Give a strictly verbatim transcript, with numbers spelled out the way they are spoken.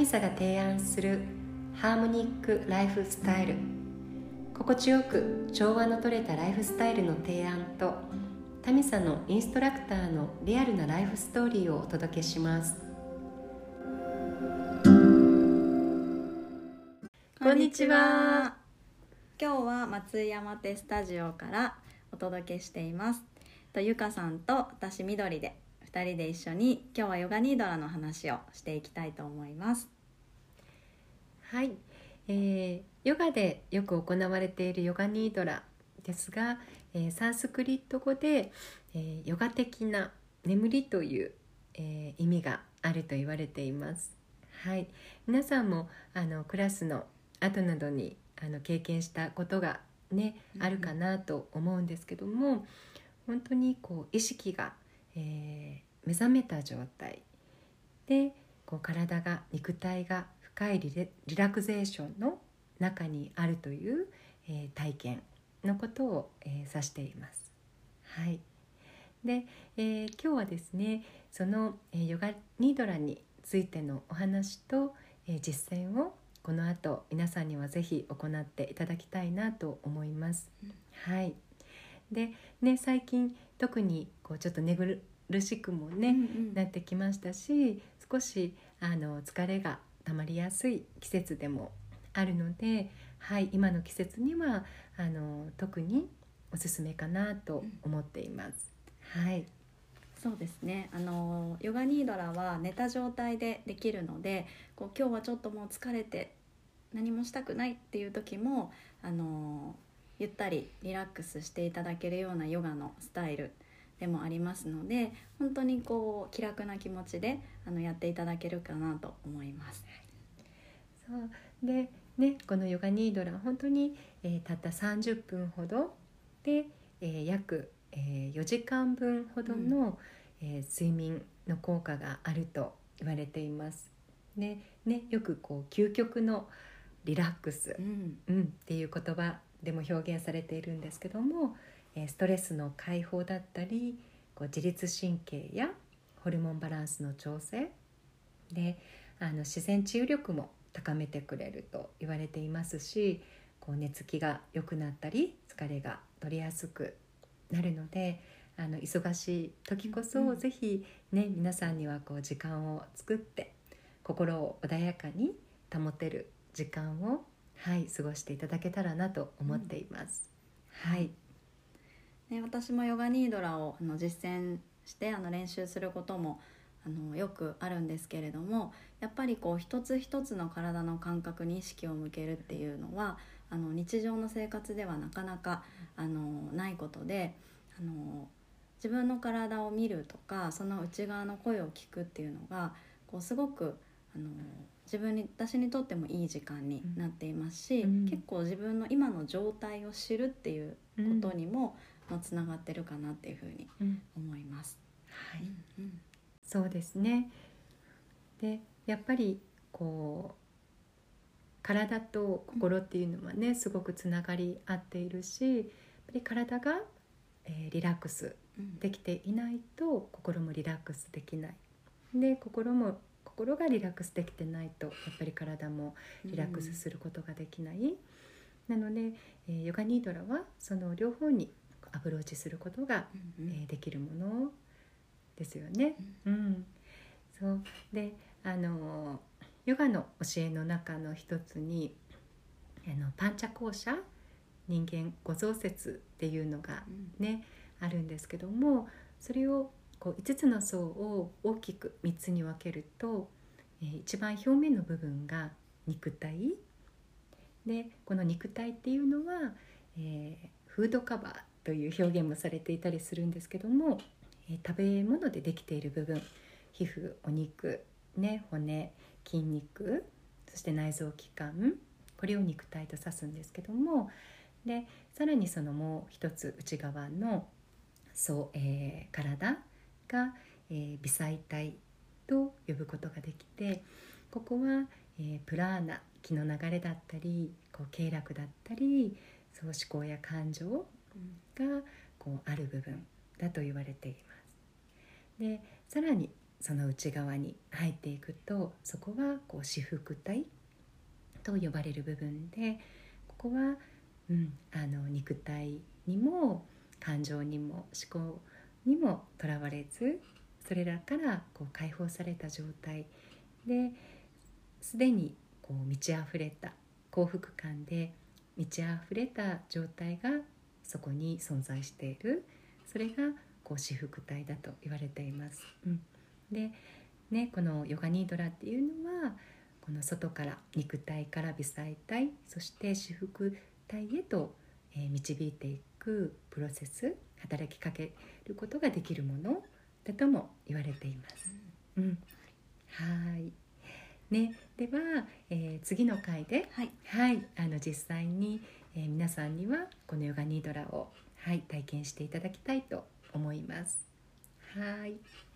ミサが提案するハーモニックライフスタイル、心地よく調和の取れたライフスタイルの提案とタミサのインストラクターのリアルなライフストーリーをお届けします。こんにちは。 今日は松井山手スタジオからお届けしています。とゆかさんと私みどりでふたりで一緒に今日はヨガニードラの話をしていきたいと思います。 はい、えー、ヨガでよく行われているヨガニードラですが、えー、サンスクリット語で、えー、ヨガ的な眠りという、えー、意味があると言われています。はい、皆さんもあのクラスの後などにあの経験したことが、ね、あるかなと思うんですけども、本当にこう意識が、えー、目覚めた状態でこう体が肉体が深いリレ、リラクゼーションの中にあるという、えー、体験のことを、えー、指しています。はい。で、えー、今日はですね、その、えー、ヨガニードラについてのお話と、えー、実践をこの後皆さんにはぜひ行っていただきたいなと思います。うん、はい。でね、最近特にこうちょっと寝苦しくもね、うんうん、なってきましたし、少しあの疲れがたまりやすい季節でもあるので、はい、今の季節にはあの特におすすめかなと思っています。うん、はい。 そうですね、あのヨガニードラは寝た状態でできるので、こう今日はちょっともう疲れて何もしたくないっていう時もあのゆったりリラックスしていただけるようなヨガのスタイルでもありますので、本当にこう気楽な気持ちであのやっていただけるかなと思います。 そうで、ね、このヨガニードラ本当に、えー、たったさんじゅっぷんほどで、えー、約、えー、よじかんぶんほどの、うんえー、睡眠の効果があると言われています。でね、よくこう究極のリラックス、うんうん、っていう言葉でも表現されているんですけども、えー、ストレスの解放だったり、こう自律神経やホルモンバランスの調整で、あの自然治癒力も高めてくれると言われていますし、こう寝つきが良くなったり疲れが取りやすくなるので、あの忙しい時こそ、うん、ぜひ、ね、皆さんにはこう時間を作って心を穏やかに保てる時間を、はい、過ごしていただけたらなと思っています。うん、はい。 ね、私もヨガニードラをあの実践してあの練習することもあのよくあるんですけれども、やっぱりこう一つ一つの体の感覚に意識を向けるっていうのはあの日常の生活ではなかなかあのないことで、あの自分の体を見るとかその内側の声を聞くっていうのがこうすごくあの自分に私にとってもいい時間になっていますし、うん、結構自分の今の状態を知るっていうことにも、うん、つながってるかなっていうふうに思います。 うん、はい、うんうん、そうですね。でやっぱりこう体と心っていうのはね、うん、すごくつながり合っているし、やっぱり体が、えー、リラックスできていないと心もリラックスできない。で心も心がリラックスできてないとやっぱり体もリラックスすることができない。うん、なので、えー、ヨガニードラはその両方にアプローチすることが、うんうんえー、できるものですよね。うんうん、そうであのヨガの教えの中の一つにあのパンチャコーシャ人間五臓説っていうのがね、うん、あるんですけども、それをこういつつの層を大きくみっつに分けると、えー、一番表面の部分が肉体で、この肉体っていうのは、えー、フードカバーという表現もされていたりするんですけども、えー、食べ物でできている部分、皮膚、お肉、ね、骨、筋肉、そして内臓器官、これを肉体と指すんですけども、でさらにそのもう一つ内側のそう、えー、体が、えー、微細体と呼ぶことができて、ここは、えー、プラーナ、気の流れだったりこう経絡だったり、そう思考や感情がこうある部分だと言われています。でさらにその内側に入っていくと、そこはこう至福体と呼ばれる部分で、ここは、うん、あの肉体にも感情にも思考にもとらわれず、それらからこう解放された状態で、すでにこう満ち溢れた幸福感で満ち溢れた状態がそこに存在している。それがこう至福体だと言われています、うん、で、ね、このヨガニードラっていうのは、この外から肉体から微細体、そして至福体へと、えー、導いていくプロセス、働きかけることができるものだとも言われています、うん、はいね、では、えー、次の回で、 はいはい、あの実際に、えー、皆さんにはこのヨガニードラを、はい、体験していただきたいと思います。はい。